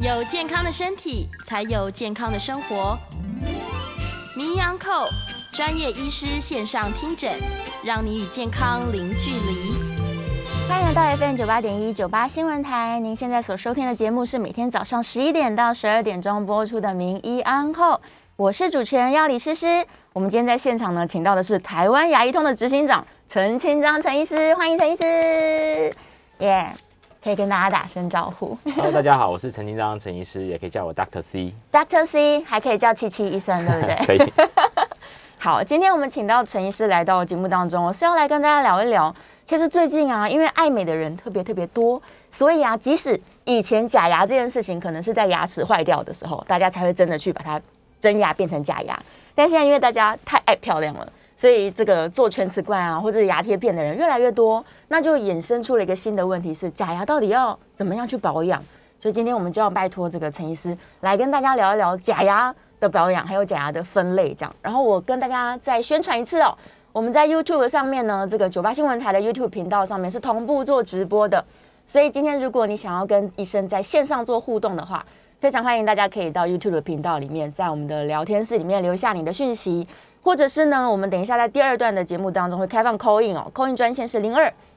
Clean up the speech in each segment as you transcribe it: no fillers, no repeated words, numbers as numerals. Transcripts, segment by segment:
有健康的身体，才有健康的生活。名医安扣专业医师线上听诊，让你与健康零距离。 欢迎来到 FM98.1 98新闻台。您现在所收听的节目是每天早上11点到12点钟播出的名医安扣，我是主持人要李诗诗。我们今天在现场呢，请到的是台湾牙医通的执行长陈清章陈医师，欢迎陈医师，耶、可以跟大家打声招呼。 Hello， 大家好，我是陈清章陈医师，也可以叫我 Dr. C。Dr. C 还可以叫77医生，对不对？ 可以。 好，今天我们请到陈医师来到节目当中，我是要来跟大家聊一聊。其实最近啊，因为爱美的人特别多，所以啊，即使以前假牙这件事情可能是在牙齿坏掉的时候，大家才会真的去把它真牙变成假牙。但现在因为大家太爱漂亮了，所以这个做全瓷冠啊，或者牙贴片的人越来越多，那就衍生出了一个新的问题是，假牙到底要怎么样去保养？所以今天我们就要拜托这个陈医师来跟大家聊一聊假牙的保养，还有假牙的分类这样。然后我跟大家再宣传一次哦，我们在 YouTube 上面呢，这个98新闻台的 YouTube 频道上面是同步做直播的，所以今天如果你想要跟医生在线上做互动的话，非常欢迎大家可以到 YouTube 的频道里面，在我们的聊天室里面留下你的讯息，或者是呢，我们等一下在第二段的节目当中会开放 call in 哦 ，call in 专线是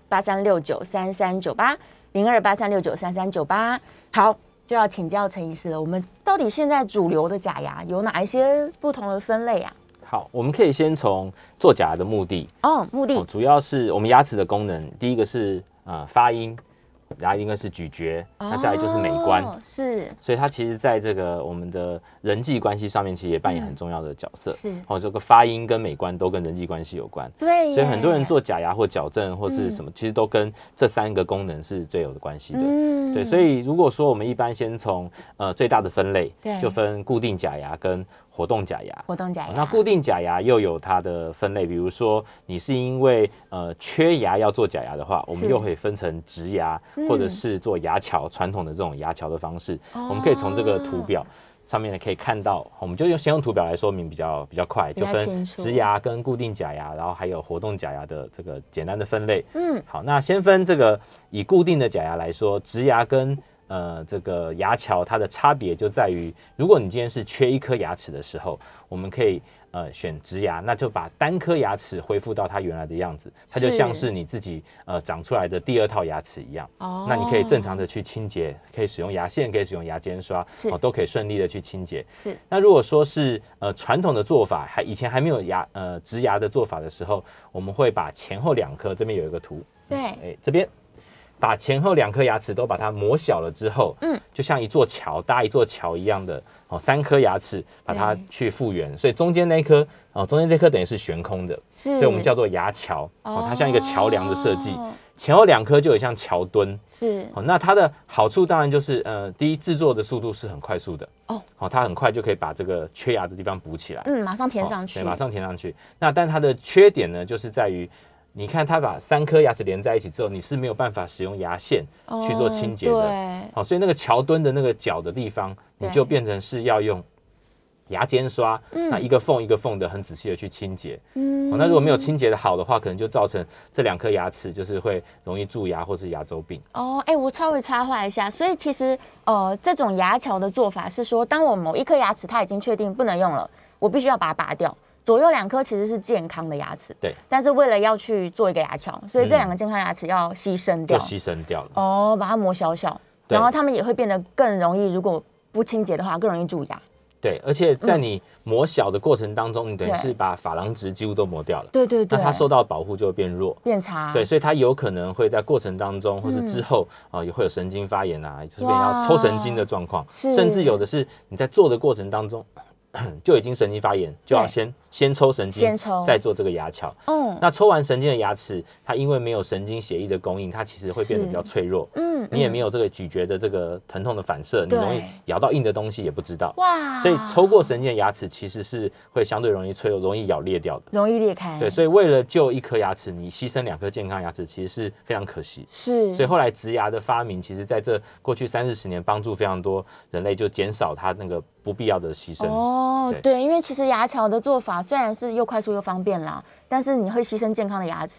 02-8369-3398，02-8369-3398。好，就要请教陈医师了，我们到底现在主流的假牙有哪一些不同的分类啊？ 好，我们可以先从做假牙的目的目的主要是我们牙齿的功能，第一个是发音。然后应该是咀嚼，那再来就是美观， 是， 所以它其实在这个我们的人际关系上面，其实也扮演很重要的角色。 是， 这个发音跟美观都跟人际关系有关。 对， 所以很多人做假牙或矫正或是什么，其实都跟这三个功能是最有的关系的。对，所以如果说我们一般先从最大的分类，就分固定假牙跟活动假牙。那固定假牙又有它的分类，比如说你是因为缺牙要做假牙的话，我们又可以分成植牙，或者是做牙桥，传统的这种牙桥的方式。我们可以从这个图表上面可以看到，我们就先用图表来说明比较快，就分植牙跟固定假牙，然后还有活动假牙的这个简单的分类。好，那先分这个以固定的假牙来说，植牙跟这个牙桥它的差别就在于，如果你今天是缺一颗牙齿的时候，我们可以选植牙，那就把单颗牙齿恢复到它原来的样子，它就像是你自己长出来的第二套牙齿一样。那你可以正常的去清洁，可以使用牙线，可以使用牙尖刷，都可以顺利的去清洁。 是。 那如果说是传统的做法，以前还没有植牙的做法的时候，我们会把前后两颗，这边有一个图， 对， 这边。把前后两颗牙齿都把它磨小了之后，就像一座桥搭一座桥一样的三颗牙齿把它去复原，所以中间那一颗中间这颗等于是悬空的，所以我们叫做牙桥，它像一个桥梁的设计，前后两颗就有像桥墩， 是那它的好处当然就是第一制作的速度是很快速的它很快就可以把这个缺牙的地方补起来， 马上填上去， 对，马上填上去。那但它的缺点呢，就是在于。你看，它把三颗牙齿连在一起之后，你是没有办法使用牙线去做清洁的。好，所以那个桥墩的那个角的地方，你就变成是要用牙尖刷，那一个缝一个缝的很仔细的去清洁。那如果没有清洁的好的话，可能就造成这两颗牙齿就是会容易蛀牙或是牙周病。 我稍微插话一下，所以其实这种牙桥的做法是说，当我某一颗牙齿它已经确定不能用了，我必须要把它拔掉。左右两颗其实是健康的牙齿， 对， 但是为了要去做一个牙桥，所以这两个健康牙齿要牺牲掉， 就牺牲掉了。 把它磨小，然后它们也会变得更容易，如果不清洁的话，更容易蛀牙。 对，而且在你磨小的过程当中，你等于是把珐琅质几乎都磨掉了。 对， 那它受到保护就会变弱、 变差。 对，所以它有可能会在过程当中，或是之后也会有神经发炎啊，就是变成要抽神经的状况，甚至有的是你在做的过程当中。就已经神经发炎，就要先抽神经，再做这个牙桥。那抽完神经的牙齿，它因为没有神经血液的供应，它其实会变得比较脆弱。你也没有这个咀嚼的这个疼痛的反射，你容易咬到硬的东西也不知道。所以抽过神经的牙齿其实是会相对容易脆弱，容易咬裂掉的， 容易裂开。 对，所以为了救一颗牙齿，你牺牲两颗健康牙齿，其实是非常可惜。 所以后来植牙的发明，其实在这过去30-40年帮助非常多人类，就减少它那个不必要的牺牲。 对，因为其实牙桥的做法虽然是又快速又方便啦，但是你会牺牲健康的牙齿，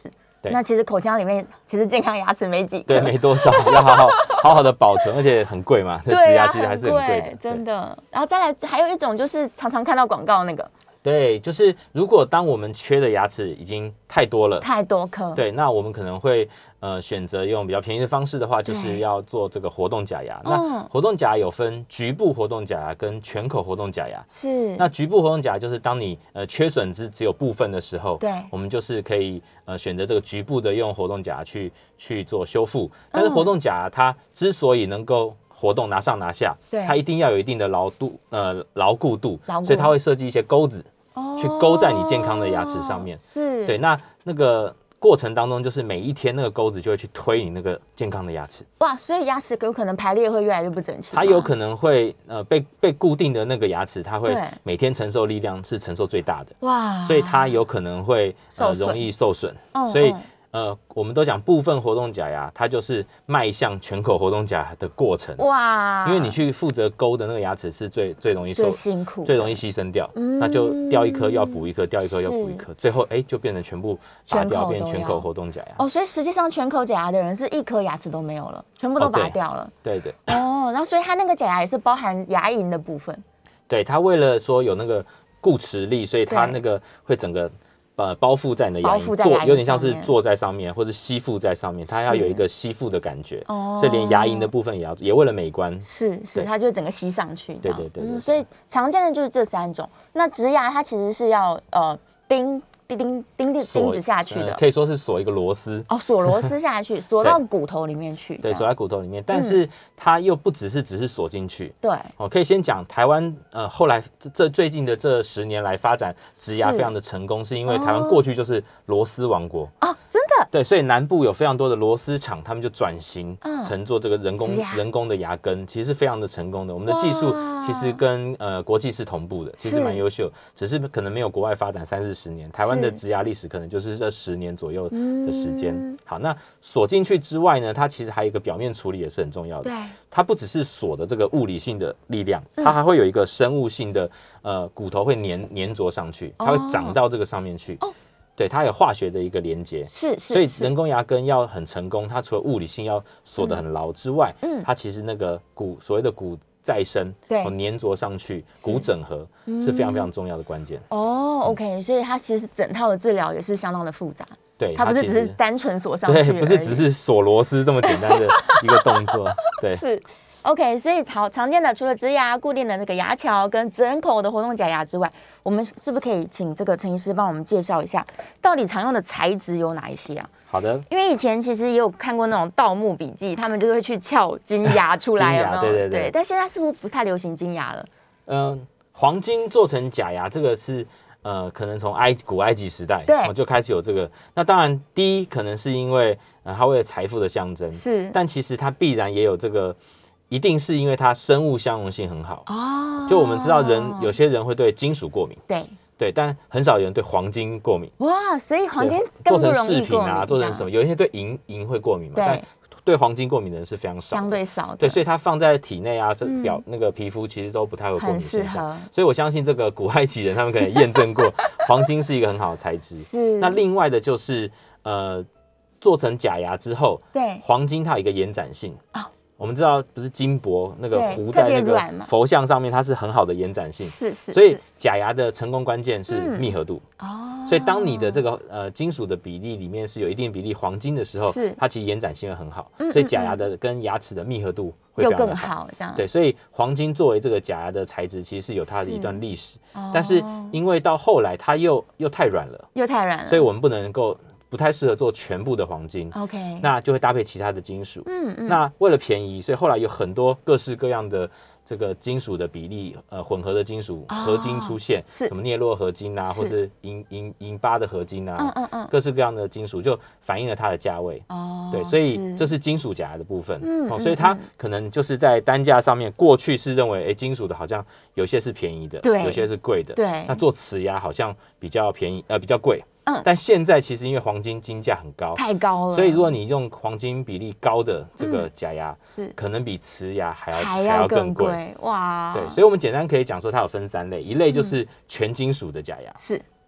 那其实口腔里面其实健康牙齿没几颗， 对，没多少，要好好的保存，而且很贵嘛，这植牙其实还是很贵的， 真的。然后再来还有一种就是常常看到广告那个。 对，就是如果当我们缺的牙齿已经太多了， 太多颗， 对，那我们可能会选择用比较便宜的方式的话，就是要做这个活动假牙。那活动假牙有分局部活动假牙跟全口活动假牙。 是。 那局部活动假牙就是当你缺损只有部分的时候， 对， 我们就是可以选择这个局部的用活动假牙去做修复。但是活动假牙它之所以能够活动拿上拿下，它一定要有一定的牢固度，所以它会设计一些钩子。去勾在你健康的牙齿上面， 是对。 那个过程当中，就是每一天那个钩子就会去推你那个健康的牙齿。 哇，所以牙齿有可能排列会越来越不整齐。 它有可能会被固定的那个牙齿，它会每天承受力量是承受最大的。哇，所以它有可能会容易受损。所以我们都讲部分活动假牙，它就是迈向全口活动假牙的过程。哇！因为你去负责勾的那个牙齿是最容易最辛苦、 最容易牺牲掉，那就掉一颗要补一颗，掉一颗要补一颗，最后就变成全部拔掉，变全口活动假牙。 所以实际上全口假牙的人是一颗牙齿都没有了，全部都拔掉了。 对。 然后所以它那个假牙也是包含牙龈的部分。 对，它为了说有那个固持力，所以它那个会整个。包覆在你的牙龈，有点像是坐在上面，或者吸附在上面，它要有一个吸附的感觉，所以连牙龈的部分也为了美观， 是，它就整个吸上去。 对。 所以常见的就是这3种。那植牙它其实是要钉子下去的， 可以说是锁一个螺丝锁螺丝下去，锁到骨头里面去。 对，锁在骨头里面，但是它又不只是锁进去。 对， 可以先讲台湾后来最近的这10年来发展植牙非常的成功，是因为台湾过去就是螺丝王国真的。 对，所以南部有非常多的螺丝厂，他们就转型成做这个人工的牙根，其实是非常的成功的。我们的技术其实跟国际是同步的，其实蛮优秀，只是可能没有国外发展30-40年，台湾的植牙历史可能就是这10年左右的时间。好，那锁进去之外呢，它其实还有一个表面处理也是很重要的。对，它不只是锁的这个物理性的力量，它还会有一个生物性的骨头会粘着上去，它会长到这个上面去。对，它有化学的一个连接，所以人工牙根要很成功，它除了物理性要锁得很牢之外，它其实那个所谓的骨再生，粘着上去，骨整合是非常非常重要的关键。 OK， 所以它其实整套的治疗也是相当的复杂。 对， 它不是只是单纯锁上去， 对，不是只是锁螺丝这么简单的一个动作。对， 是。OK， 所以常见的除了植牙固定的那个牙桥跟整口的活动假牙之外，我们是不是可以请这个陈医师帮我们介绍一下，到底常用的材质有哪一些啊？ 好的， 因为以前其实也有看过那种盗墓笔记，他们就会去撬金牙出来，有没有？对。但现在似乎不太流行金牙了。 黄金做成假牙，这个是可能从古埃及时代就开始有这个。那当然，第一可能是因为它为了财富的象征，是，但其实它必然也有这个。一定是因为它生物相容性很好就我们知道有些人会对金属过敏，对，但很少有人对黄金过敏。 哇，所以黄金更不容易过敏， 做成饰品啊，做成什么，有一些对银会过敏嘛，但对黄金过敏的人是非常少， 相对少。 对，所以它放在体内啊，那个皮肤其实都不太会过敏现象。所以我相信这个古埃及人他们可能验证过，黄金是一个很好的材质。是。那另外的就是做成假牙之后，黄金它有一个延展性我们知道不是金箔那个糊在那个佛像上面，它是很好的延展性，所以假牙的成功关键是密合度。所以当你的这个金属的比例里面是有一定比例黄金的时候，它其实延展性会很好，所以假牙的跟牙齿的密合度会非常的好。对，所以黄金作为这个假牙的材质，其实是有它的一段历史，但是因为到后来它又太软了，所以我们不太适合做全部的黄金 ，OK， 那就会搭配其他的金属。那为了便宜，所以后来有很多各式各样的这个金属的比例，混合的金属合金出现，什么镍铬合金啊，或是银巴的合金啊，各式各样的金属就反映了它的价位。对，所以这是金属假牙的部分。所以它可能就是在单价上面，过去是认为，金属的好像有些是便宜的，有些是贵的。对，那做瓷牙好像比较便宜，比较贵。但现在其实因为黄金金价很高，太高了，所以如果你用黄金比例高的这个假牙，可能比瓷牙还要更贵。哇！对，所以我们简单可以讲说，它有分3类，一类就是全金属的假牙，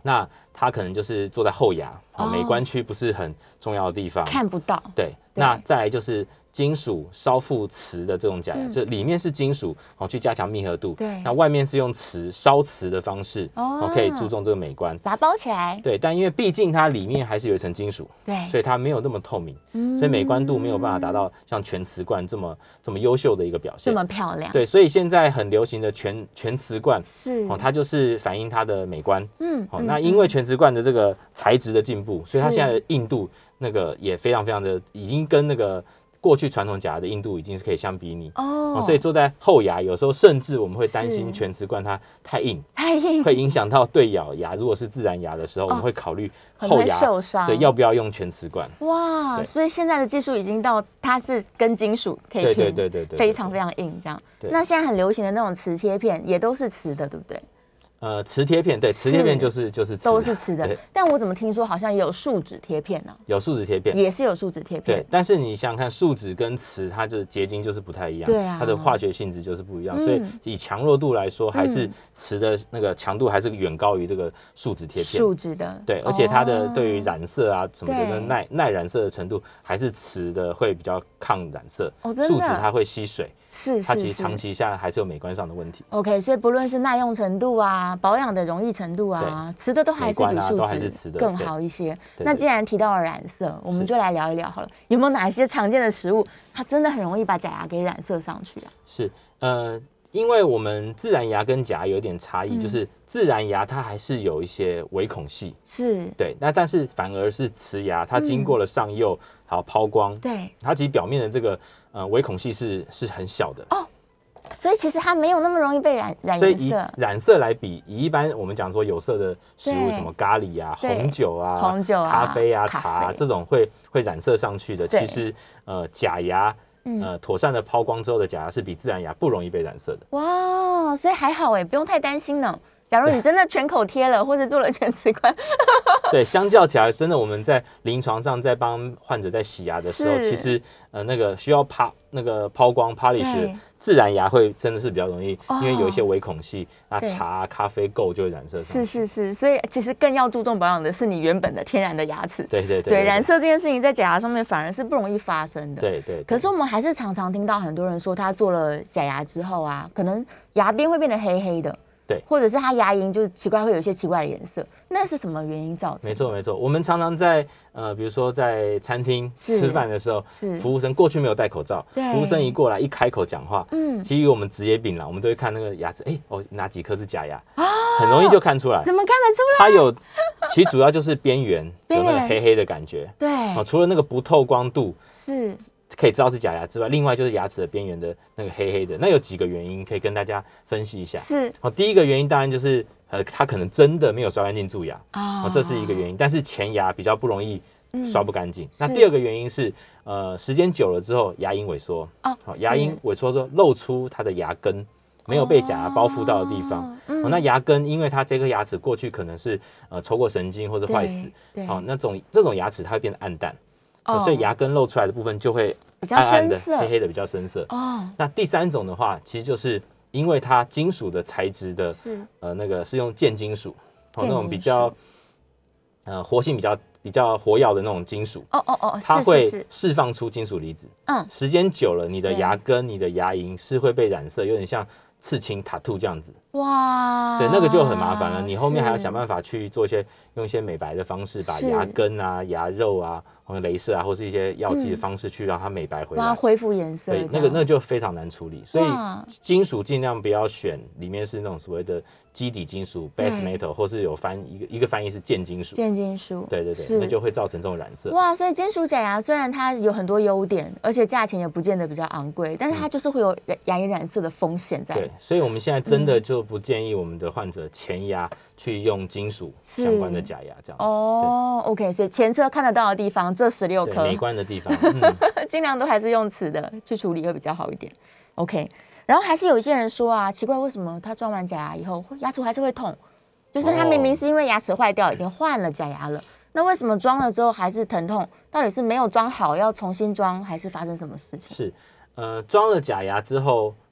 那它可能就是坐在后牙，美观区不是很重要的地方， 看不到。 对，那再来就是金属烧附瓷的这种假牙，就里面是金属去加强密合度， 对， 那外面是用烧瓷的方式，可以注重这个美观， 把它包起来。 对，但因为毕竟它里面还是有一层金属， 对， 所以它没有那么透明，所以美观度没有办法达到像全瓷冠这么优秀的一个表现， 这么漂亮。 对，所以现在很流行的全瓷冠是它就是反映它的美观，那因为全瓷冠的这个材质的进步，所以它现在的硬度那个也非常非常的，已经跟那个过去传统假牙的硬度已经是可以相比拟所以坐在后牙有时候甚至我们会担心全瓷冠它太硬，会影响到对咬牙。如果是自然牙的时候，我们会考虑后牙受伤， 对，要不要用全瓷冠？ 哇，所以现在的技术已经到它是跟金属可以拼，对，非常非常硬这样。那现在很流行的那种磁贴片也都是瓷的，对不对？ 磁贴片，对，磁贴片就是瓷， 都是瓷的。但我怎么听说好像也有树脂贴片呢？ 有树脂贴片， 也是有树脂贴片。 对，但是你想想看，树脂跟瓷，它的结晶就是不太一样， 对啊， 它的化学性质就是不一样，所以以强弱度来说，还是瓷的那个强度还是远高于这个树脂贴片。 树脂的， 对，而且它的对于染色啊什么的耐染色的程度，还是瓷的会比较抗染色，树脂它会吸水。它其实长期下还是有美观上的问题。 OK， 所以不论是耐用程度啊、保养的容易程度啊，瓷的都还是比树脂更好一些。那既然提到了染色，我们就来聊一聊好了，有没有哪一些常见的食物，它真的很容易把假牙给染色上去啊？ 是，因为我们自然牙跟假牙有点差异，就是自然牙它还是有一些微孔隙， 是对，那但是反而是瓷牙，它经过了上釉还有抛光， 对， 它其实表面的这个微孔隙是很小的哦，所以其实它没有那么容易被染颜色。 所以以染色来比，以一般我们讲说有色的食物，什么咖喱啊、红酒啊、咖啡啊、茶啊这种会染色上去的，其实假牙。妥善的抛光之后的假牙是比自然牙不容易被染色的。 哇，所以还好哎，不用太担心呢。假如你真的全口贴了，或者做了全瓷冠， 对，相较起来，真的我们在临床上在帮患者在洗牙的时候，其实那个需要抛光 polish 自然牙会真的是比较容易，因为有一些微孔隙，那茶、咖啡垢就会染色上去。 是，所以其实更要注重保养的是你原本的天然的牙齿。 对， 染色这件事情在假牙上面反而是不容易发生的。 对。 可是我们还是常常听到很多人说，他做了假牙之后啊，可能牙边会变得黑黑的。 对， 或者是它牙龈就是奇怪，会有一些奇怪的颜色，那是什么原因造成的？ 没错，我们常常在比如说在餐厅吃饭的时候，服务生过去没有戴口罩，服务生一过来一开口讲话，其实我们职业病啦，我们都会看那个牙齿，哪几颗是假牙，很容易就看出来。 怎么看得出来？ 它有，其实主要就是边缘有那个黑黑的感觉， 对， 除了那个不透光度是。 可以知道是假牙之外，另外就是牙齿的边缘的那个黑黑的，那有几个原因可以跟大家分析一下。 是， 第一个原因当然就是它可能真的没有刷干净蛀牙这是一个原因，但是前牙比较不容易刷不干净。那第二个原因是时间久了之后牙龈萎缩牙龈萎缩之后露出它的牙根没有被假牙包覆到的地方那牙根因为它这颗牙齿过去可能是抽过神经或者坏死那这种牙齿它会变得暗淡所以牙根露出来的部分就会暗暗的、黑黑的，比较深色。那第三种的话，其实就是因为它金属的材质的那个是用键金属那种比较活性比较活跃的那种金属它会释放出金属离子。时间久了，你的牙根、你的牙龈是会被染色，有点像刺青、tattoo 这样子。哇，对，那个就很麻烦了。你后面还要想办法去做用一些美白的方式，把牙根啊、牙肉啊，或者雷射啊，或是一些药剂的方式去让它美白回来， 恢复颜色。 对，那个就非常难处理。所以金属尽量不要选里面是那种所谓的基底金属 base metal， 或是有一个翻译是键金属。键金属，对，那就会造成这种染色。哇， 所以金属假牙虽然它有很多优点，而且价钱也不见得比较昂贵，但是它就是会有牙龈染色的风险在。 对，所以我们现在真的就不建议我们的患者前牙去用金属相关的假牙这样。 OK， 所以前侧看得到的地方，这16颗美观的地方， 尽量都还是用瓷的去处理会比较好一点。OK， 然后还是有一些人说啊，奇怪为什么他装完假牙以后牙齿还是会痛？就是他明明是因为牙齿坏掉，已经换了假牙了，那为什么装了之后还是疼痛？到底是没有装好要重新装，还是发生什么事情？ 是，装了假牙之后。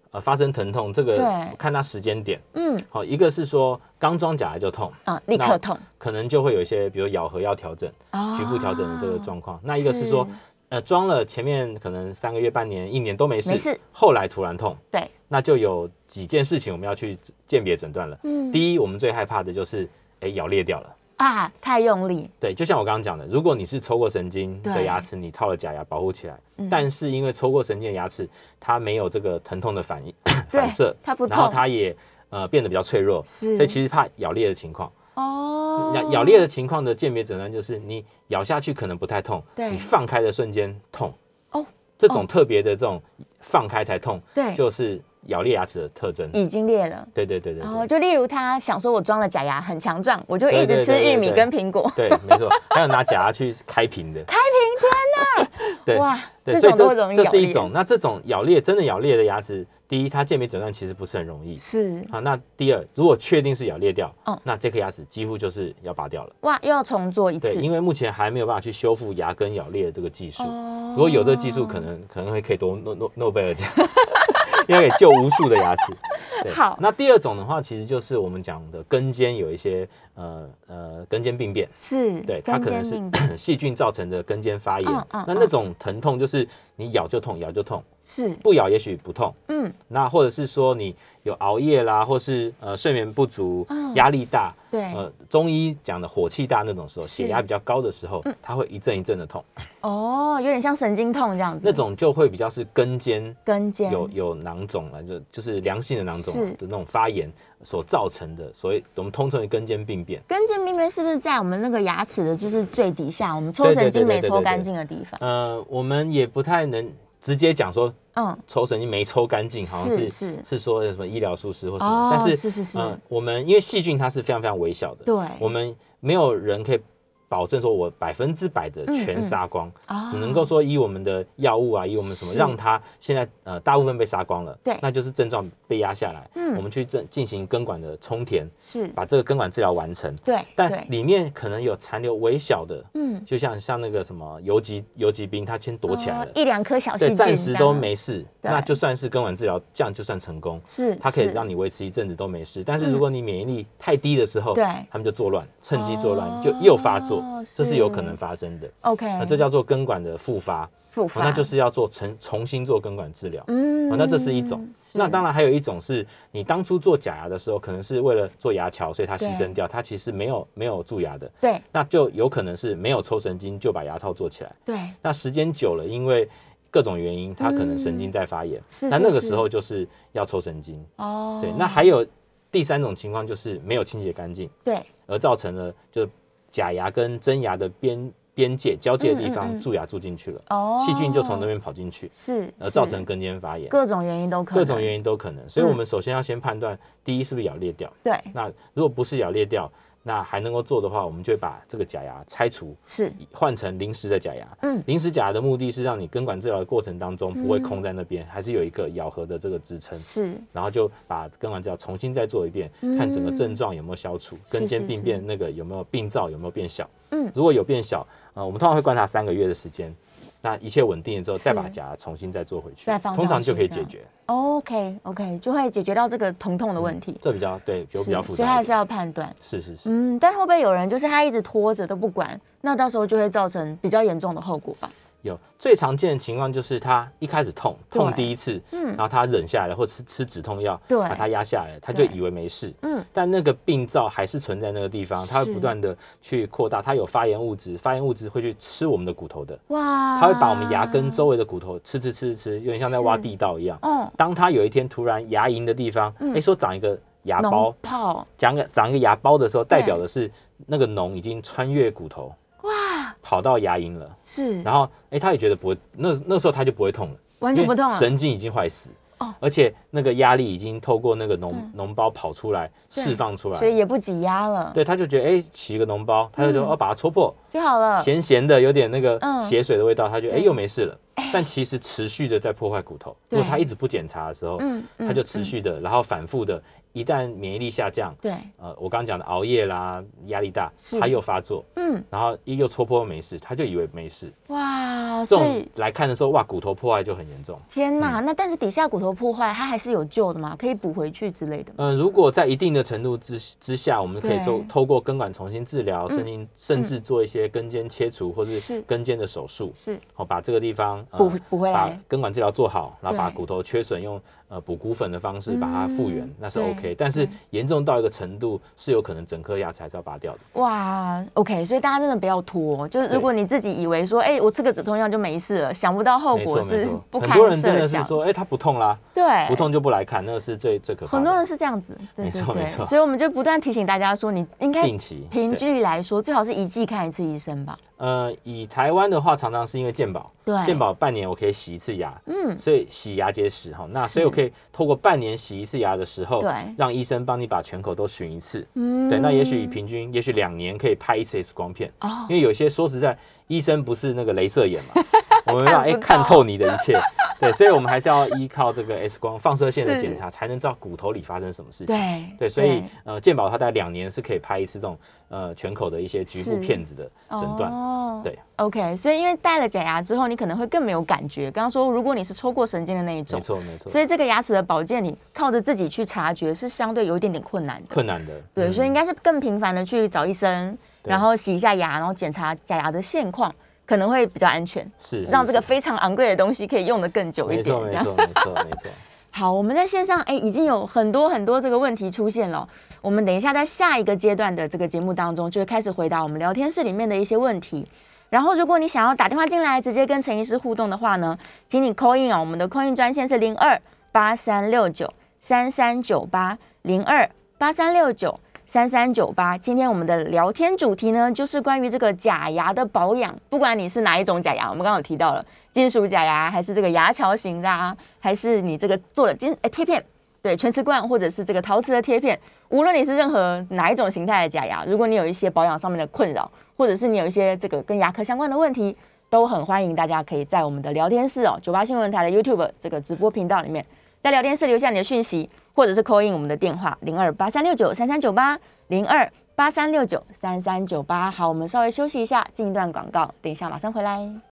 发生疼痛，这个看它时间点。好，一个是说刚装假牙就痛立刻痛， 可能就会有一些比如咬合要调整，局部调整的这个状况。那一个是说装了前面可能3个月、半年、1年都没事，后来突然痛， 对， 那就有几件事情我们要去鉴别诊断了。第一，我们最害怕的就是咬裂掉了啊，太用力。对， 就像我刚刚讲的，如果你是抽过神经的牙齿，你套了假牙保护起来，但是因为抽过神经的牙齿，它没有这个疼痛的反射， 它不痛， 然后它也变得比较脆弱，所以其实怕咬裂的情况。咬裂的情况的鉴别诊断就是你咬下去可能不太痛，你放开的瞬间痛。这种特别的这种放开才痛，就是咬裂牙齿的特征， 已经裂了。 对。 就例如他想说我装了假牙很强壮，我就一直吃玉米跟苹果。 对，没错。还有拿假牙去开瓶的， 开瓶，天哪！对，哇， 对， 这种都容易咬裂。 这是一种。那这种真的咬裂的牙齿，第一，它鉴别诊断其实不是很容易。 是。 好，那第二，如果确定是咬裂掉，那这颗牙齿几乎就是要拔掉了。 哇，又要重做一次。 对，因为目前还没有办法去修复牙根咬裂的这个技术。如果有这个技术，可能会可以夺诺贝尔奖。因为可以救无数的牙齿。对，好。那第二种的话，其实就是我们讲的根尖有一些根尖病变， 是， 对，它可能是细菌造成的根尖发炎。那种疼痛就是你咬就痛，咬就痛， 是不咬也许不痛。那或者是说你有熬夜啦，或是睡眠不足、压力大， 对， 中医讲的火气大那种时候，血压比较高的时候，它会一阵一阵的痛。 有点像神经痛这样子。 那种就会比较是根尖有囊肿了，就是良性的囊肿的那种发炎所造成的，所以我们通称为根尖病变。 根尖病变是不是在我们那个牙齿的就是最底下，我们抽神经没抽干净的地方？ 我们也不太能直接讲说，抽神经没抽干净，好像是说什么医疗疏失或什么，但是我们因为细菌它是非常非常微小的， 对， 我们没有人可以保证说我100%的全杀光，只能够说以我们的药物啊，以我们什么让它现在大部分被杀光了， 对， 那就是症状被压下来，我们去进行根管的充填， 是把这个根管治疗完成， 对， 但里面可能有残留微小的，就像那个什么游击兵，它先躲起来了， 一两颗小细菌， 对，暂时都没事，那就算是根管治疗，这样就算成功， 是， 它可以让你维持一阵子都没事，但是如果你免疫力太低的时候， 对， 他们就作乱，趁机作乱，就又发作。这是有可能发生的。 OK， 那这叫做根管的复发，那就是要重新做根管治疗。那这是一种。那当然还有一种是你当初做假牙的时候，可能是为了做牙桥，所以它牺牲掉，它其实没有蛀牙的。 对， 那就有可能是没有抽神经就把牙套做起来。 对， 那时间久了，因为各种原因，它可能神经在发炎，那个时候就是要抽神经。对，那还有第三种情况就是没有清洁干净， 对， 而造成了就假牙跟真牙的边界交界的地方蛀牙蛀进去了，细菌就从那边跑进去，而造成根尖发炎， 各种原因都可能。所以我们首先要先判断，第一是不是咬裂掉， 对， 那如果不是咬裂掉，那还能够做的话，我们就会把这个假牙拆除，换成临时的假牙。临时假牙的目的是让你根管治疗的过程当中不会空在那边，还是有一个咬合的这个支撑。然后就把根管治疗重新再做一遍，看整个症状有没有消除，根尖病变那个有没有病灶有没有变小。如果有变小，我们通常会观察3个月的时间。那一切稳定了之后，再把假牙重新再做回去，通常就可以解决。 OK， 就会解决到这个疼痛的问题。 这比较复杂， 所以还是要判断。 是。 但会不会有人就是他一直拖着都不管，那到时候就会造成比较严重的后果吧？ 有最常见的情况就是他一开始痛第一次，然后他忍下来或吃止痛药，把它压下来，他就以为没事，但那个病灶还是存在那个地方，它会不断的去扩大，它有发炎物质会去吃我们的骨头的，它会把我们牙根周围的骨头吃，有点像在挖地道一样。当它有一天突然牙龈的地方，说长一个牙包，长一个牙包的时候，代表的是那个脓已经穿越骨头。跑到牙龈了，然后他也觉得不会，那时候他就不会痛了， 完全不痛了， 神经已经坏死，而且那个压力已经透过那个脓包跑出来，释放出来， 所以也不挤压了。 对，他就觉得起一个脓包，他就说把它戳破就好了， 咸的，有点那个血水的味道，他觉得又没事了。但其实持续的在破坏骨头，如果他一直不检查的时候，他就持续的，然后反复的。一旦免疫力下降，我刚刚讲的熬夜啦、压力大，他又发作，然后又戳破没事，他就以为没事， 哇， 这种来看的时候，哇，骨头破坏就很严重。 天哪，那但是底下骨头破坏，它还是有救的吗？可以补回去之类的吗？ 如果在一定的程度之下，我们可以透过根管重新治疗，甚至做一些根尖切除或是根尖的手术，把这个地方补回来， 把根管治疗做好，然后把骨头缺损用补骨粉的方式把它复原，那是 OK。但是严重到一个程度，是有可能整颗牙齿还是要拔掉的。 哇 ，OK， 所以大家真的不要拖，就是如果你自己以为说，我吃个止痛药就没事了，想不到后果是不堪设想。 很多人真的是说，它不痛啦， 对， 不痛就不来看，那个是最可怕的。 很多人是这样子， 没错。 所以我们就不断提醒大家说，你应该定期， 平均率来说，最好是1季看1次医生吧。 以台湾的话，常常是因为健保，健保半年我可以洗1次牙，所以洗牙结石哈，那所以我可以透过半年洗1次牙的时候，让医生帮你把全口都巡1次，对，那也许平均，也许2年可以拍1次 X 光片，因为有些说实在，医生不是那个雷射眼嘛，我们要看透你的一切，对，所以我们还是要依靠这个 X 光放射线的检查，才能知道骨头里发生什么事情，对，所以健保它大概2年是可以拍1次这种全口的一些局部片子的诊断。对 ，OK， 所以因为戴了假牙之后，你可能会更没有感觉。刚刚说，如果你是抽过神经的那一种， 没错， 所以这个牙齿的保健，你靠着自己去察觉是相对有一点点困难的。对，所以应该是更频繁的去找医生，然后洗一下牙，然后检查假牙的现况，可能会比较安全， 是让这个非常昂贵的东西可以用得更久一点。 没错。 好，我们在线上已经有很多这个问题出现了。我们等一下在下一个阶段的这个节目当中，就会开始回答我们聊天室里面的一些问题。然后，如果你想要打电话进来，直接跟陈医师互动的话呢，请你 call in 我们的 call in 专线是0283693398，0283693398。今天我们的聊天主题呢，就是关于这个假牙的保养。不管你是哪一种假牙，我们刚刚有提到了金属假牙，还是这个牙桥型的啊，还是你这个做了贴片，对，全瓷冠或者是这个陶瓷的贴片，无论你是任何哪一种形态的假牙，如果你有一些保养上面的困扰，或者是你有一些这个跟牙科相关的问题，都很欢迎大家可以在我们的聊天室98新闻台的 YouTube 这个直播频道里面，在聊天室留下你的讯息，或者是 call in 我们的电话0283693398，0283693398。好，我们稍微休息一下，进一段广告，等一下马上回来。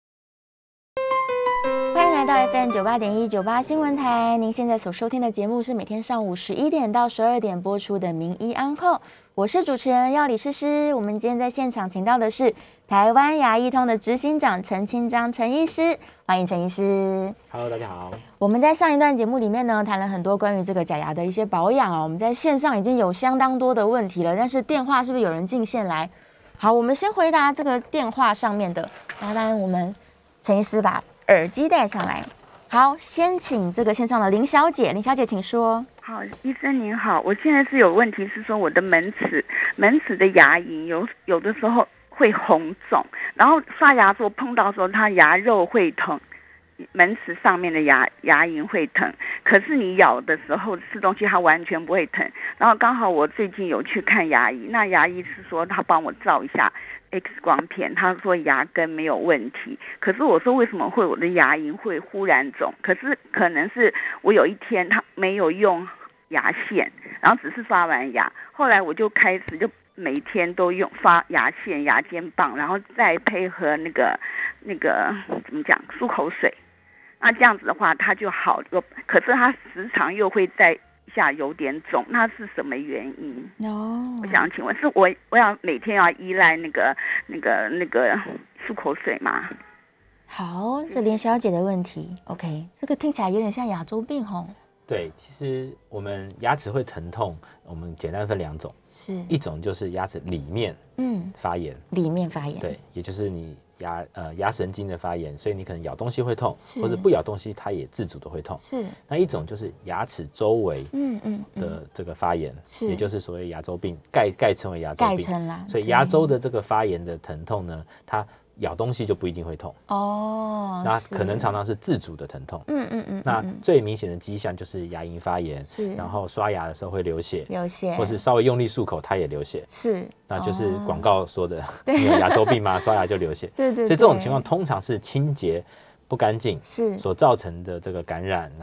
欢迎来到 FM 98.1 98新闻台，您现在所收听的节目是每天上午11点到12点播出的名医安扣，我是主持人药理诗诗。我们今天在现场请到的是台湾牙医通的执行长陈清章陈医师，欢迎陈医师。 Hello， 大家好。 我们在上一段节目里面呢，谈了很多关于这个假牙的一些保养我们在线上已经有相当多的问题了，但是电话是不是有人进线来？好，我们先回答这个电话上面的，麻烦我们陈医师把耳机戴上来。好，先请这个线上的林小姐，林小姐请说。 好，医生您好，我现在是有问题，是说我的门齿的牙龈有的时候会红肿，然后刷牙的时候碰到的时候，它牙肉会疼，门齿上面的牙龈会疼，可是你咬的时候吃东西它完全不会疼。然后刚好我最近有去看牙医，那牙医是说他帮我照一下 X 光片，他说牙根没有问题，可是我说为什么会我的牙龈会忽然肿？可是可能是我有一天他没有用牙线，然后只是刷完牙，后来我就开始就每天都用刷牙线、牙尖棒，然后再配合那个怎么讲漱口水，那这样子的话它就好了。可是它时常又会在下有点肿，那是什么原因？我想请问，是我要每天要依赖那个漱口水吗？ 好，这林小姐的问题 ，OK， 这个听起来有点像牙周病吼。 对，其实我们牙齿会疼痛，我们简单分2种，是一种就是牙齿里面发炎， 里面发炎， 对，也就是你牙神经的发炎，所以你可能咬东西会痛，或者不咬东西它也自主的会痛。是，那一种就是牙齿周围的这个发炎，也就是所谓牙周病，概称为牙周病。所以牙周的这个发炎的疼痛呢，它咬东西就不一定会痛那可能常常是自主的疼痛。那最明显的迹象就是牙龈发炎，然后刷牙的时候会流血，或是稍微用力漱口它也流血，那就是广告说的你有牙周病吗？刷牙就流血。所以这种情况通常是清洁不干净所造成的这个感染，然后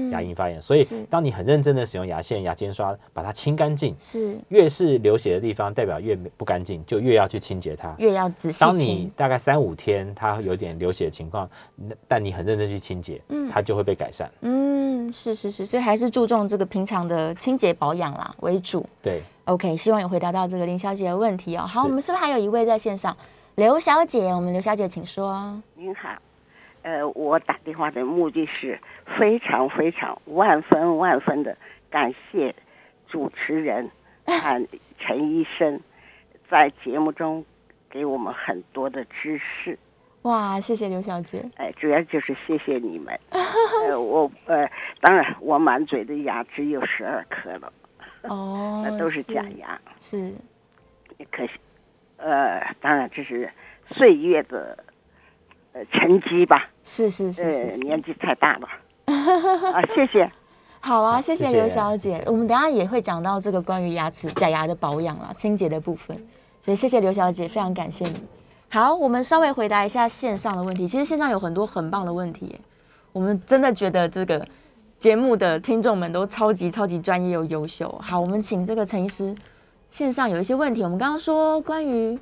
牙龈发炎。所以当你很认真的使用牙线、牙尖刷把它清干净，越是流血的地方，代表越不干净，就越要去清洁它， 越要仔细清。 当你大概3-5天它有点流血的情况，但你很认真去清洁，它就会被改善。 是，所以还是注重这个平常的清洁保养啦为主。 对 ，OK， 希望有回答到这个林小姐的问题哦。好，我们是不是还有一位在线上？刘小姐，我们刘小姐请说。 您好，我打电话的目的是非常非常万分的感谢主持人和陈医生在节目中给我们很多的知识。 哇，谢谢刘小姐。 主要就是谢谢你们。当然我满嘴的牙只有12颗了。那都是假牙。 是。 可惜，当然这是岁月的成绩吧。 是。 年纪太大了。谢谢。 好啊，谢谢刘小姐。我们等一下也会讲到这个关于假牙的保养啦、清洁的部分，所以谢谢刘小姐，非常感谢你。好，我们稍微回答一下线上的问题。其实线上有很多很棒的问题耶，我们真的觉得这个节目的听众们都超级专业又优秀。好，我们请这个陈医师，线上有一些问题，我们刚刚说关于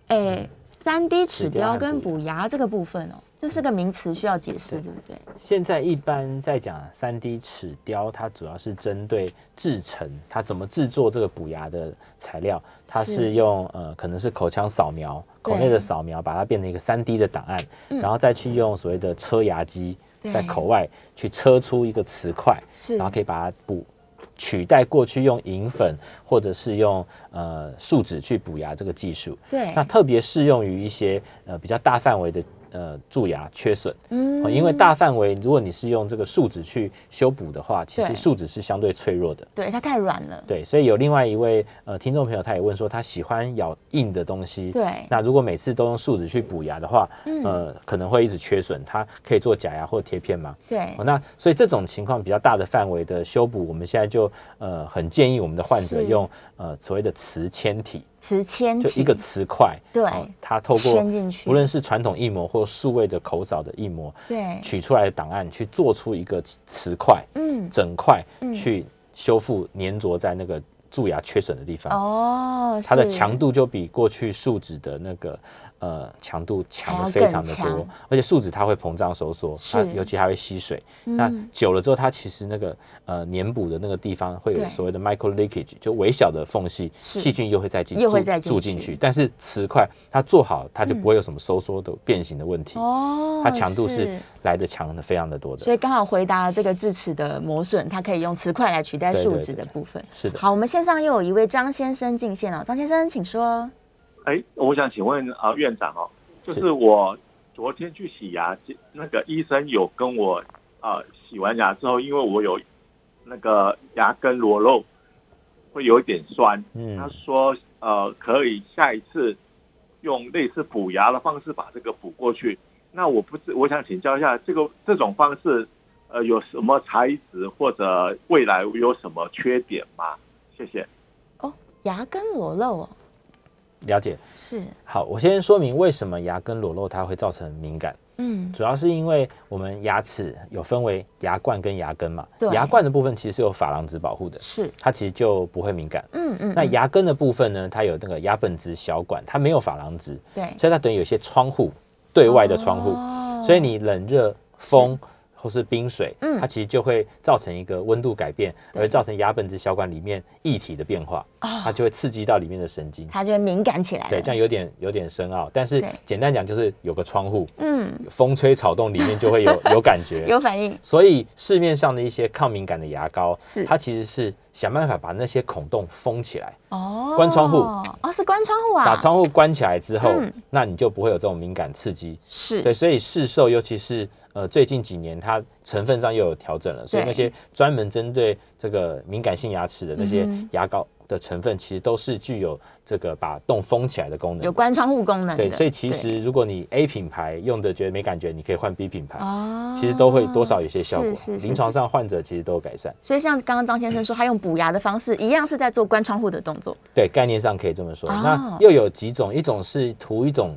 3D 齿雕跟补牙这个部分哦，这是个名词需要解释，对不对？ 现在一般在讲3D 齿雕，它主要是针对制成，它怎么制作这个补牙的材料，它是用可能是口腔扫描，口内的扫描，把它变成一个3D 的档案，然后再去用所谓的车牙机在口外去车出一个瓷块，然后可以把它取代过去用银粉或者是用树脂去补牙这个技术。 对， 那特别适用于一些比较大范围的蛀牙缺损。因为大范围如果你是用这个树脂去修补的话，其实树脂是相对脆弱的， 对，它太软了。 对，所以有另外一位听众朋友他也问说，他喜欢咬硬的东西， 对， 那如果每次都用树脂去补牙的话，可能会一直缺损，他可以做假牙或贴片吗？ 对， 那所以这种情况比较大的范围的修补，我们现在就很建议我们的患者用所谓的瓷嵌体。 瓷嵌体就一个瓷块， 对， 它透过嵌进去， 无论是传统印模或数位的口扫的印模， 对， 取出来的档案去做出一个瓷块，整块去修复粘着在那个蛀牙缺损的地方。它的强度就比过去树脂的那个强度强的非常的多，而且树脂它会膨胀收缩，它尤其还会吸水。那久了之后，它其实那个粘补的那个地方会有所谓的 micro leakage， 就微小的缝隙，细菌又会再住进去。但是瓷块它做好，它就不会有什么收缩的变形的问题。它强度是来得强的非常的多的。 所以刚好回答了这个智齿的磨损，它可以用瓷块来取代树脂的部分。 是的。 好，我们线上又有一位张先生进线了，张先生请说。 我想请问院长就是我昨天去洗牙，那个医生有跟我洗完牙之后，因为我有那个牙根裸露，会有一点酸，他说可以下一次用类似补牙的方式把这个补过去。那我想请教一下，这种方式有什么材质或者未来有什么缺点吗？谢谢。 牙根裸露了解， 是。 好，我先说明为什么牙根裸露它会造成敏感。主要是因为我们牙齿有分为牙冠跟牙根嘛，牙冠的部分其实是有珐琅质保护的， 是， 它其实就不会敏感。那牙根的部分呢，它有那个牙本质小管，它没有珐琅质， 对， 所以它等于有些窗户，对外的窗户，所以你冷热风或是冰水，它其实就会造成一个温度改变，而造成牙本质小管里面液体的变化，它就会刺激到里面的神经， 它就会敏感起来了。 对，这样有点深奥，但是简单讲就是有个窗户，风吹草动里面就会有感觉， 有反应。 所以市面上的一些抗敏感的牙膏，它其实是想办法把那些孔洞封起来，关窗户， 是关窗户啊， 把窗户关起来之后，那你就不会有这种敏感刺激。 是对， 所以市售尤其是最近几年，它成分上又有调整了，所以那些专门针对这个敏感性牙齿的那些牙膏的成分，其实都是具有这个把洞封起来的功能， 有关窗户功能的。 对，所以其实如果你 A 品牌用的觉得没感觉，你可以换 B 品牌，其实都会多少有些效果。临床上患者其实都有改善。 所以像刚刚张先生说，他用补牙的方式，一样是在做关窗户的动作。 对，概念上可以这么说。那又有几种，一种是涂一种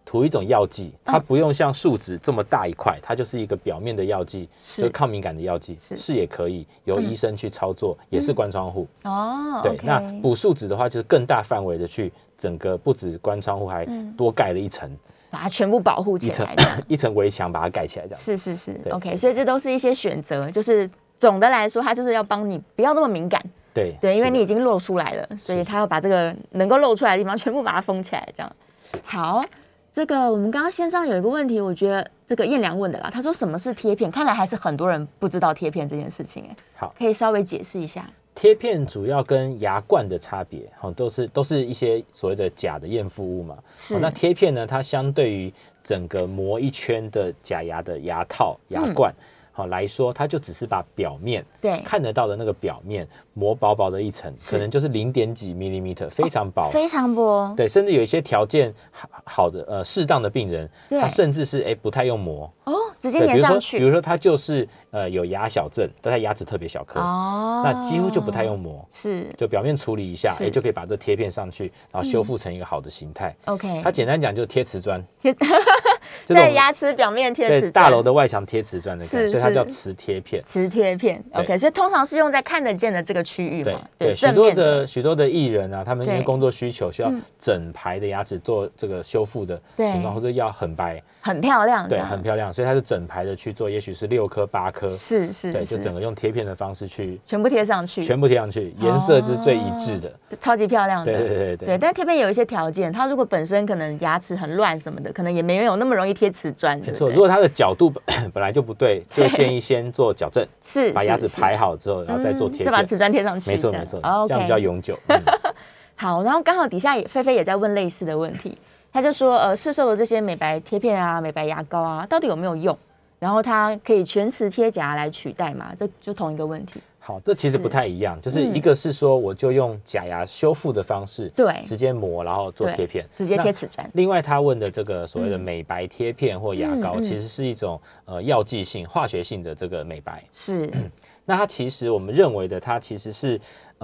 涂一种药剂，它不用像树脂这么大一块，它就是一个表面的药剂，就是抗敏感的药剂，是也可以由医生去操作，也是关窗户。哦，对，那补树脂的话，就是更大范围的去整个不止关窗户，还多盖了一层。 把它全部保护起来， 一层围墙把它盖起来，这样是 OK， 所以这都是一些选择，就是总的来说，它就是要帮你不要那么敏感， 对， 因为你已经露出来了，所以它要把这个能够露出来的地方全部把它封起来，这样。好，这个我们刚刚线上有一个问题，我觉得这个燕良问的啦，他说什么是贴片？看来还是很多人不知道贴片这件事情， 好， 可以稍微解释一下。 贴片主要跟牙冠的差别，都是一些所谓的假的验肤物嘛。是，那贴片呢，它相对于整个磨一圈的假牙的牙套、牙冠，来说，它就只是把表面看得到的那个表面磨薄薄的一层，可能就是0.几 mm， 非常薄， 非常薄。 对，甚至有一些条件好的适当的病人，他甚至是不太用磨直接粘上去。 比如说他就是有牙小症，但他牙齿特别小颗，那几乎就不太用磨， 是就表面处理一下，就可以把这贴片上去，然后修复成一个好的形态。 OK， 它简单讲就是贴瓷砖， 在牙齿表面贴瓷砖， 大楼的外墙贴瓷砖的感觉，所以它叫瓷贴片。 瓷贴片 ，OK， 所以通常是用在看得见的这个区域嘛。 对，许多的艺人啊，他们因为工作需求需要整排的牙齿做这个修复的情况，或者要很白、 很漂亮， 对，很漂亮，所以它就整排的去做，也许是6颗、8颗， 是， 对，就整个用贴片的方式去全部贴上去， 颜色是最一致的， 超级漂亮的。 对。 但贴片有一些条件，它如果本身可能牙齿很乱什么的，可能也没有那么容易贴瓷砖。 没错，如果它的角度本来就不对，就会建议先做矫正，把牙齿排好之后，然后再做贴片， 再把瓷砖贴上去。 没错，这样比较永久。 好，然后刚好底下菲菲也在问类似的问题，他就说市售的这些美白贴片啊、美白牙膏啊，到底有没有用？然后它可以全瓷贴假牙来取代吗？这就同一个问题。 好，这其实不太一样，就是一个是说我就用假牙修复的方式， 对， 直接磨然后做贴片， 直接贴瓷砖。 另外他问的这个所谓的美白贴片或牙膏，其实是一种药剂性、化学性的这个美白。 是， 那它其实我们认为的，它其实是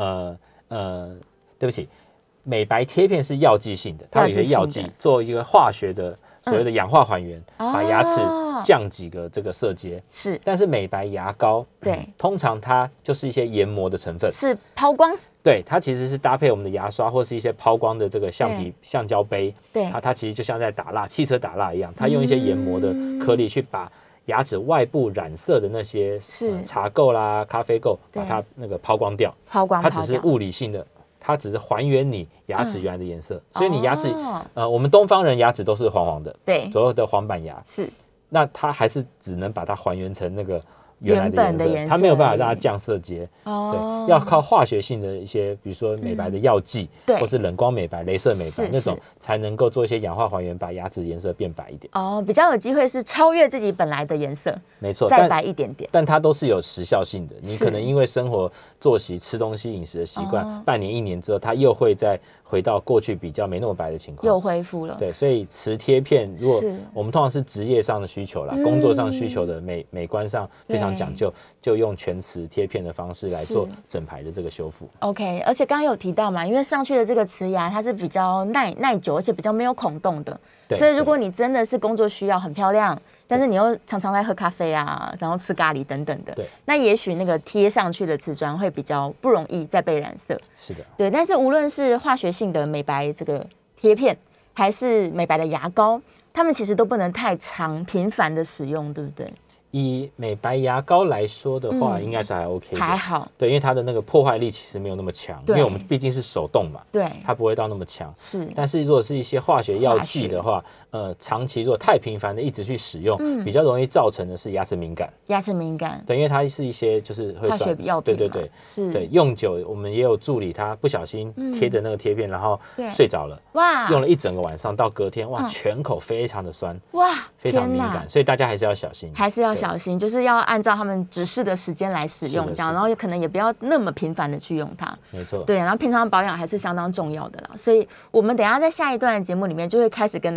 对不起，美白贴片是药剂性的，它有一些药剂做一个化学的所谓的氧化还原，把牙齿降几个这个色阶。是，但是美白牙膏，对，通常它就是一些研磨的成分， 是抛光。 对，它其实是搭配我们的牙刷或是一些抛光的这个橡胶杯，对，它其实就像在打蜡，汽车打蜡一样，它用一些研磨的颗粒去把牙齿外部染色的那些茶垢啦、咖啡垢，把它那个抛光掉。它只是物理性的。它只是还原你牙齿原来的颜色，所以你牙齿，我们东方人牙齿都是黄黄的，对，所有的黄板牙是，那它还是只能把它还原成那个原来的颜色，它没有办法让它降色阶，对，要靠化学性的一些，比如说美白的药剂，或是冷光美白、雷射美白那种，才能够做一些氧化还原，把牙齿颜色变白一点。 比较有机会是超越自己本来的颜色， 没错， 再白一点点。 但它都是有时效性的，你可能因为生活作息、吃东西、饮食的习惯，半年、1年之后，它又会再回到过去比较没那么白的情况， 又恢复了。 对，所以瓷贴片，如果我们通常是职业上的需求啦，工作上需求的美观上非常讲究，就用全瓷贴片的方式来做整排的这个修复。 OK， 而且刚刚有提到嘛，因为上去的这个瓷牙它是比较耐久，而且比较没有孔洞的，所以如果你真的是工作需要很漂亮，但是你又常常在喝咖啡啊，然后吃咖喱等等的，那也许那个贴上去的瓷砖会比较不容易再被染色。 是的， 对。但是无论是化学性的美白这个贴片，还是美白的牙膏，它们其实都不能太常频繁的使用，对不对？ 以美白牙膏来说的话，应该是还 OK 的， 还好。 对，因为它的那个破坏力其实没有那么强，因为我们毕竟是手动嘛，对，它不会到那么强。是，但是如果是一些化学药剂的话，长期如果太频繁的一直去使用，比较容易造成的是牙齿敏感。 牙齿敏感， 对，因为它是一些就是会化学药品， 对，是，对，用久，我们也有助理他不小心贴的那个贴片，然后睡着了，哇，用了一整个晚上，到隔天，哇，全口非常的酸，哇，非常敏感，所以大家还是要小心， 小心，就是要按照他们指示的时间来使用，这样，然后可能也不要那么频繁的去用它。 没错， 对，然后平常保养还是相当重要的啦。所以我们等一下在下一段节目里面就会开始跟大家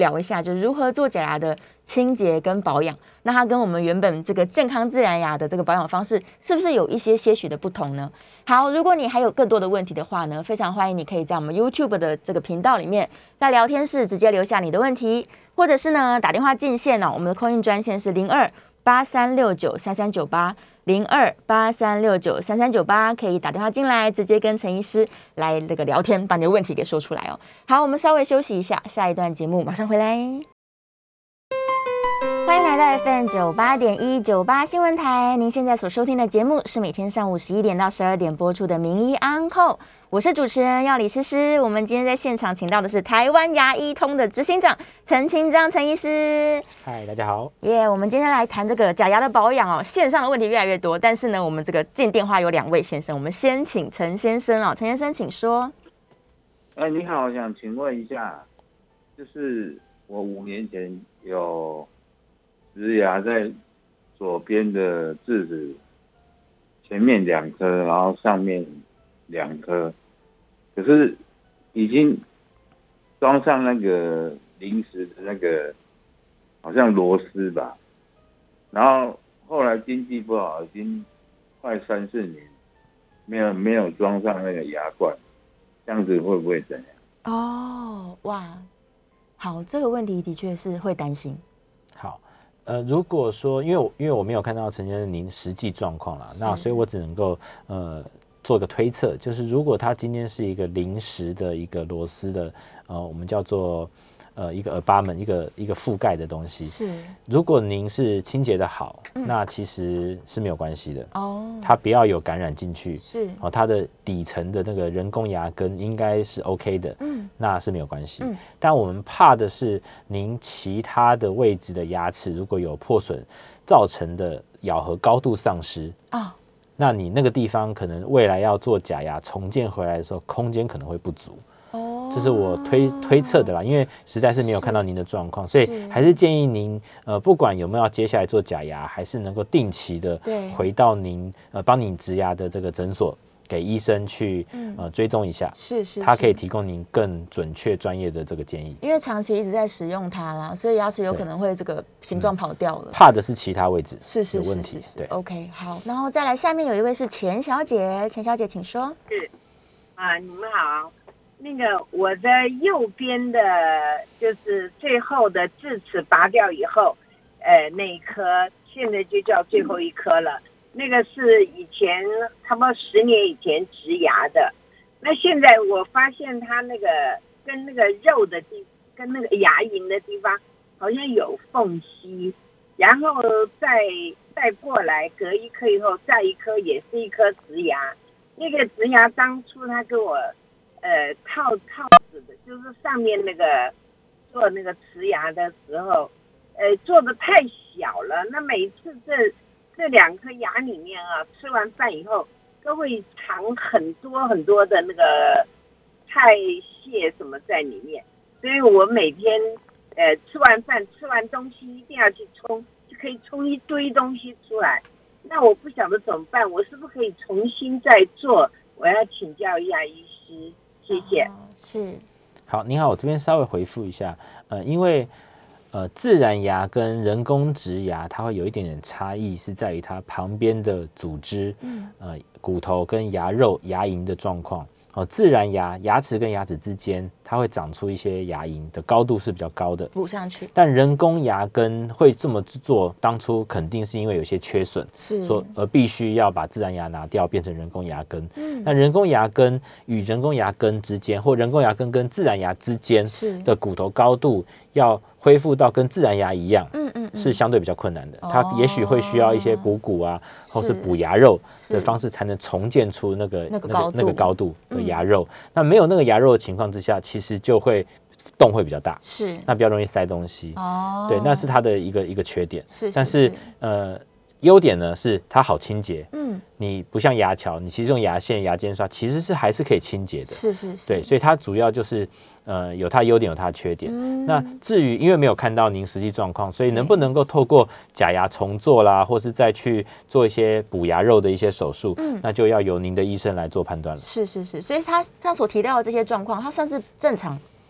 聊一下，就是如何做假牙的清洁跟保养。那它跟我们原本这个健康自然牙的这个保养方式，是不是有一些些许的不同呢？好，如果你还有更多的问题的话呢，非常欢迎你可以在我们 YouTube 的这个频道里面，在聊天室直接留下你的问题，或者是呢打电话进线哦，我们的call in专线是0283693398，0283693398，可以打电话进来，直接跟陈医师来那个聊天，把你的问题给说出来哦。好，我们稍微休息一下，下一段节目马上回来。欢迎来到 FM 98.198新闻台，您现在所收听的节目是每天上午11点到12点播出的名医安扣，我是主持人药理诗诗。我们今天在现场请到的是台湾牙医通的执行长陈清章陈医师。 嗨，大家好。 我们今天来谈这个假牙的保养哦。线上的问题越来越多，但是呢，我们这个进电话有2位先生，我们先请陈先生哦。陈先生，请说。 你好，我想请问一下，就是我5年前有植牙在左边的智齿前面2颗，然后上面2颗，可是已经装上那个临时的那个好像螺丝吧，然后后来经济不好，已经快3-4年没有装上那个牙冠，这样子会不会怎样？ 哦，哇，好，这个问题的确是会担心。 好。如果说因为我没有看到陈先生您实际状况啦，那所以我只能够做个推测，就是如果他今天是一个临时的一个螺丝的我们叫做一个abutment一个覆盖的东西， 是如果您是清洁的好，那其实是没有关系的哦， 它不要有感染进去， 是它的底层的那个人工牙根应该是 OK 的，那是没有关系，但我们怕的是您其他的位置的牙齿如果有破损造成的咬合高度丧失那你那个地方可能未来要做假牙重建回来的时候空间可能会不足，这是我推测的啦，因为实在是没有看到您的状况，所以还是建议您不管有没有要接下来做假牙，还是能够定期的回到您帮你植牙的这个诊所，给医生去追踪一下，是他可以提供您更准确专业的这个建议。 因为长期一直在使用它啦，所以牙齿有可能会这个形状跑掉了， 怕的是其他位置有问题。对 ，OK， 好，然后再来下面有一位是钱小姐，钱小姐请说。 是你们好。那个我的右边的，就是最后的智齿拔掉以后，那一颗现在就叫最后一颗了。那个是以前差不多10年以前植牙的，那现在我发现它那个跟那个肉的跟那个牙龈的地方好像有缝隙，然后再过来隔1颗以后再1颗也是1颗植牙。那个植牙当初他给我套子的，就是上面那个做那个植牙的时候，做的太小了。那每次这2颗牙里面吃完饭以后都会藏很多很多的那个菜屑什么在里面，所以我每天吃完饭吃完东西一定要去冲，就可以冲一堆东西出来。那我不晓得怎么办，我是不是可以重新再做？我要请教一下医师。谢谢。 是。 好，您好，我这边稍微回复一下，因为自然牙跟人工植牙它会有一点点差异，是在于它旁边的组织，骨头跟牙肉、牙龈的状况。自然牙齿跟牙齿之间，它会长出一些牙龈的高度是比较高的， 补上去。 但人工牙根会这么做，当初肯定是因为有些缺损，而必须要把自然牙拿掉，变成人工牙根。那人工牙根与人工牙根之间，或人工牙根跟自然牙之间的骨头高度要恢复到跟自然牙一样，是相对比较困难的。它也许会需要一些补骨啊，或是补牙肉的方式，才能重建出那个高度的牙肉。那没有那个牙肉的情况之下，其实就会洞会比较大，那比较容易塞东西。对，那是它的一个缺点。但是优点呢是它好清洁，你不像牙桥，你其实用牙线、牙尖刷，其实是还是可以清洁的。对，所以它主要就是有它的优点，有它的缺点。那至于因为没有看到您实际状况，所以能不能够透过假牙重做啦，或是再去做一些补牙肉的一些手术，那就要由您的医生来做判断了。 是，所以他所提到的这些状况，它算是正常。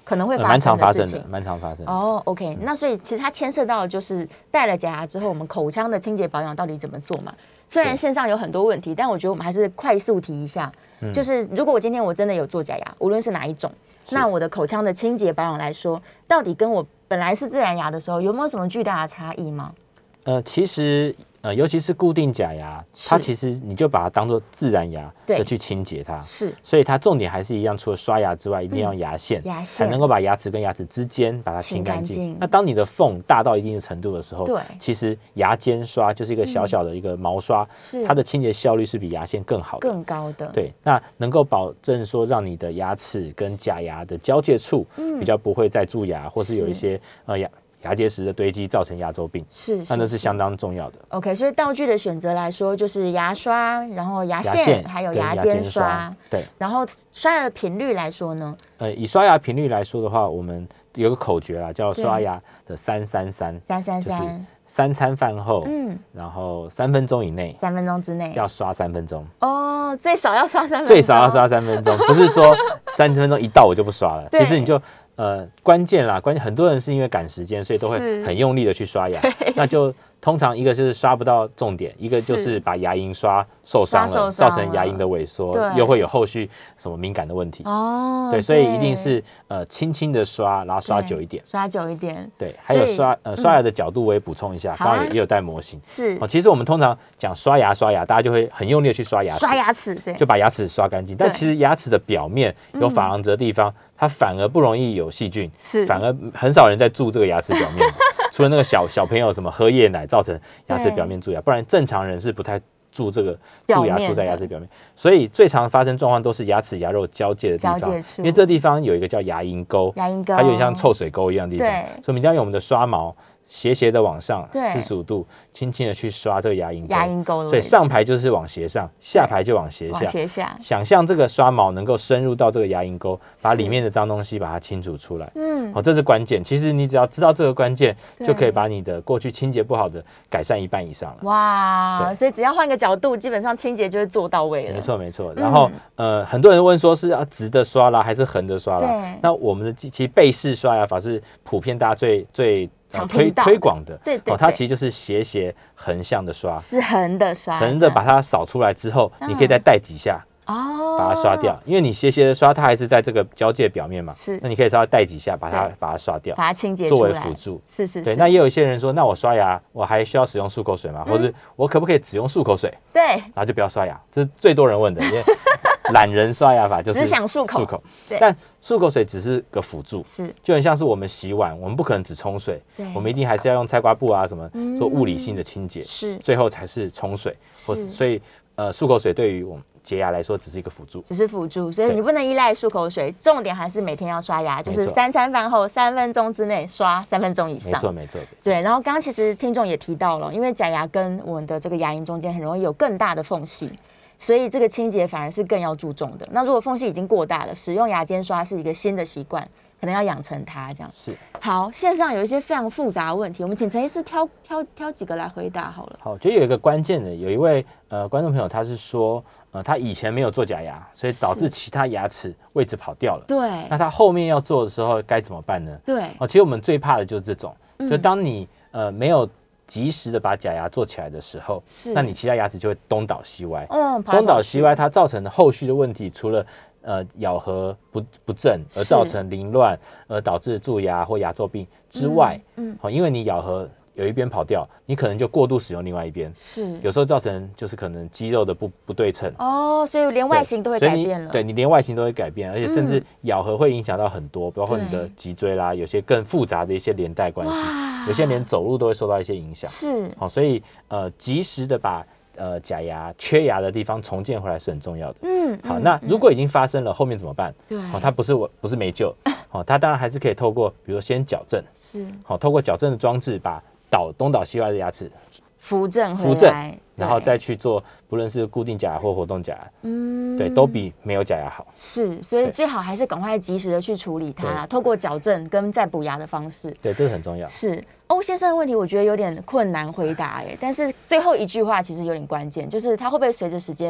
可能会蛮常发生的事情， 生的，蛮常发生的。 哦，OK，那所以其实它牵涉到的就是戴了假牙之后，我们口腔的清洁保养到底怎么做嘛？虽然线上有很多问题，但我觉得我们还是快速提一下，就是如果我今天我真的有做假牙，无论是哪一种，那我的口腔的清洁保养来说，到底跟我本来是自然牙的时候有没有什么巨大的差异吗？ 其实尤其是固定假牙，它其实你就把它当做自然牙的去清洁它， 是， 所以它重点还是一样，除了刷牙之外，一定要用牙线，才能够把牙齿跟牙齿之间把它清干净。那当你的缝大到一定的程度的时候，对，其实牙尖刷就是一个小小的一个毛刷，它的清洁效率是比牙线更好的、 更高的。 对，那能够保证说让你的牙齿跟假牙的交界处比较不会再蛀牙，或是有一些牙结石的堆积造成牙周病，那是相当重要的。 OK， 所以道具的选择来说，就是牙刷，然后牙线，还有牙尖刷。 对， 然后刷牙的频率来说呢？ 以刷牙频率来说的话，我们有个口诀啦，叫刷牙的333，就是3餐饭后，然后3分钟以内 ，3分钟之内要刷3分钟。 哦，最少要刷3分钟， 最少要刷3分钟，不是说3分钟一到我就不刷了。其实你就关键很多人是因为赶时间，所以都会很用力的去刷牙，那就通常一个就是刷不到重点，一个就是把牙龈刷受伤了，造成牙龈的萎缩，又会有后续什么敏感的问题。哦，对，所以一定是轻轻的刷，然后刷久一点，对，还有刷牙的角度我也补充一下，刚刚也有带模型。是，其实我们通常讲刷牙，大家就会很用力的去刷牙齿，对，就把牙齿刷干净。但其实牙齿的表面有珐琅质的地方，它反而不容易有细菌，反而很少人在蛀这个牙齿表面。除了那个小朋友什么喝夜奶造成牙齿表面蛀牙，不然正常人是不太蛀这个蛀牙蛀在牙齿表面。所以最常发生状况都是牙齿牙肉交界的地方，因为这地方有一个叫牙龈沟，它有点像臭水沟一样的地方，所以我们一定要用我们的刷毛斜的往上45度，轻轻的去刷这个牙龈沟，所以上排就是往斜上，下排就往斜下。想象这个刷毛能够深入到这个牙龈沟，把里面的脏东西把它清除出来。这是关键。其实你只要知道这个关键，就可以把你的过去清洁不好的改善一半以上了。 哇，所以只要换个角度，基本上清洁就会做到位了。 没错。然后很多人问说是要直的刷啦，还是横的刷啦？那我们的其实背式刷牙法是普遍大家最推广的，对，它其实就是斜横向的刷， 是横的刷， 横的把它扫出来之后，你可以再带几下，把它刷掉，因为你斜的刷，它还是在这个交界表面嘛，那你可以稍微带几下，把它刷掉， 把它清洁作为辅助， 对。 那也有一些人说，那我刷牙，我还需要使用漱口水吗？或者我可不可以只用漱口水？ 对， 然后就不要刷牙，这是最多人问的，因为懒人刷牙法就是只想漱口， 但漱口水只是个辅助，就很像是我们洗碗，我们不可能只冲水，我们一定还是要用菜瓜布啊什么做物理性的清洁，最后才是冲水，所以漱口水对于我们洁牙来说只是一个辅助， 所以你不能依赖漱口水，重点还是每天要刷牙，就是3餐饭后3分钟之内刷3分钟以上， 没错。 对，然后刚刚其实听众也提到了，因为假牙跟我们的这个牙龈中间很容易有更大的缝隙。所以这个清洁反而是更要注重的。那如果缝隙已经过大了，使用牙尖刷是一个新的习惯，可能要养成它这样。 是。 好，线上有一些非常复杂的问题，我们请陈医师挑几个来回答好了。 好，就有一个关键的，有一位观众朋友他是说，他以前没有做假牙，所以导致其他牙齿位置跑掉了。 对。 那他后面要做的时候该怎么办呢？ 对。 其实我们最怕的就是这种，就当你没有及时的把假牙做起来的时候，那你其他牙齿就会东倒西歪。东倒西歪，它造成的后续的问题，除了咬合不正而造成凌乱，而导致蛀牙或牙周病之外，因为你咬合有一边跑掉，你可能就过度使用另外一边，有时候造成就是可能肌肉的不对称所以连外形都会改变了。 对，你连外形都会改变，而且甚至咬合会影响到很多，包括你的脊椎啦，有些更复杂的一些连带关系，有些连走路都会受到一些影响。所以及时的把假牙缺牙的地方重建回来是很重要的。好，那如果已经发生了，后面怎么办？对，它不是没救，它当然还是可以透过，比如说先矫正，透过矫正的装置把东倒西歪的牙齿扶正回来， 然后再去做，不论是固定假牙或活动假牙，对，都比没有假牙好。 所以最好还是赶快及时的去处理它，透过矫正跟再补牙的方式。 对，这个很重要。 欧先生的问题，我觉得有点困难回答但是最后一句话其实有点关键，就是它会不会随着时间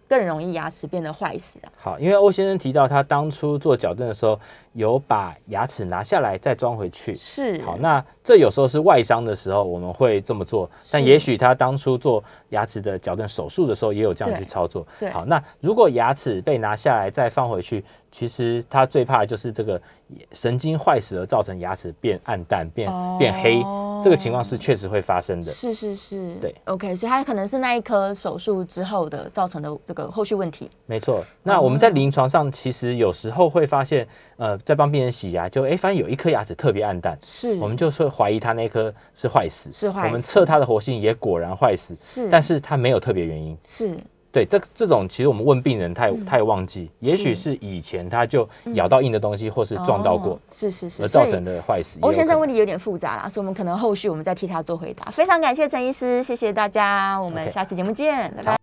更容易牙齿变得坏死啊？ 好，因为欧先生提到他当初做矫正的时候，有把牙齿拿下来再装回去。 是。 好，那这有时候是外伤的时候我们会这么做，但也许他当初做牙齿的矫正手术的时候也有这样去操作。好，那如果牙齿被拿下来再放回去，其实他最怕的就是这个神经坏死而造成牙齿变暗淡、变黑，这个情况是确实会发生的。 是，对 ，OK， 所以它可能是那一颗手术之后的造成的这个后续问题。 没错，那我们在临床上其实有时候会发现，在帮病人洗牙，就发现有一颗牙齿特别暗淡， 是，我们就会怀疑他那颗是坏死，我们测他的活性也果然坏死， 是， 但是他没有特别原因， 是。 对，这种其实我们问病人太忘记，也许是以前他就咬到硬的东西，或是撞到过， 是， 而造成的坏死。 欧先生问题有点复杂啦，所以我们可能后续我们再替他做回答。非常感谢陈医师，谢谢大家，我们下次节目见，拜拜。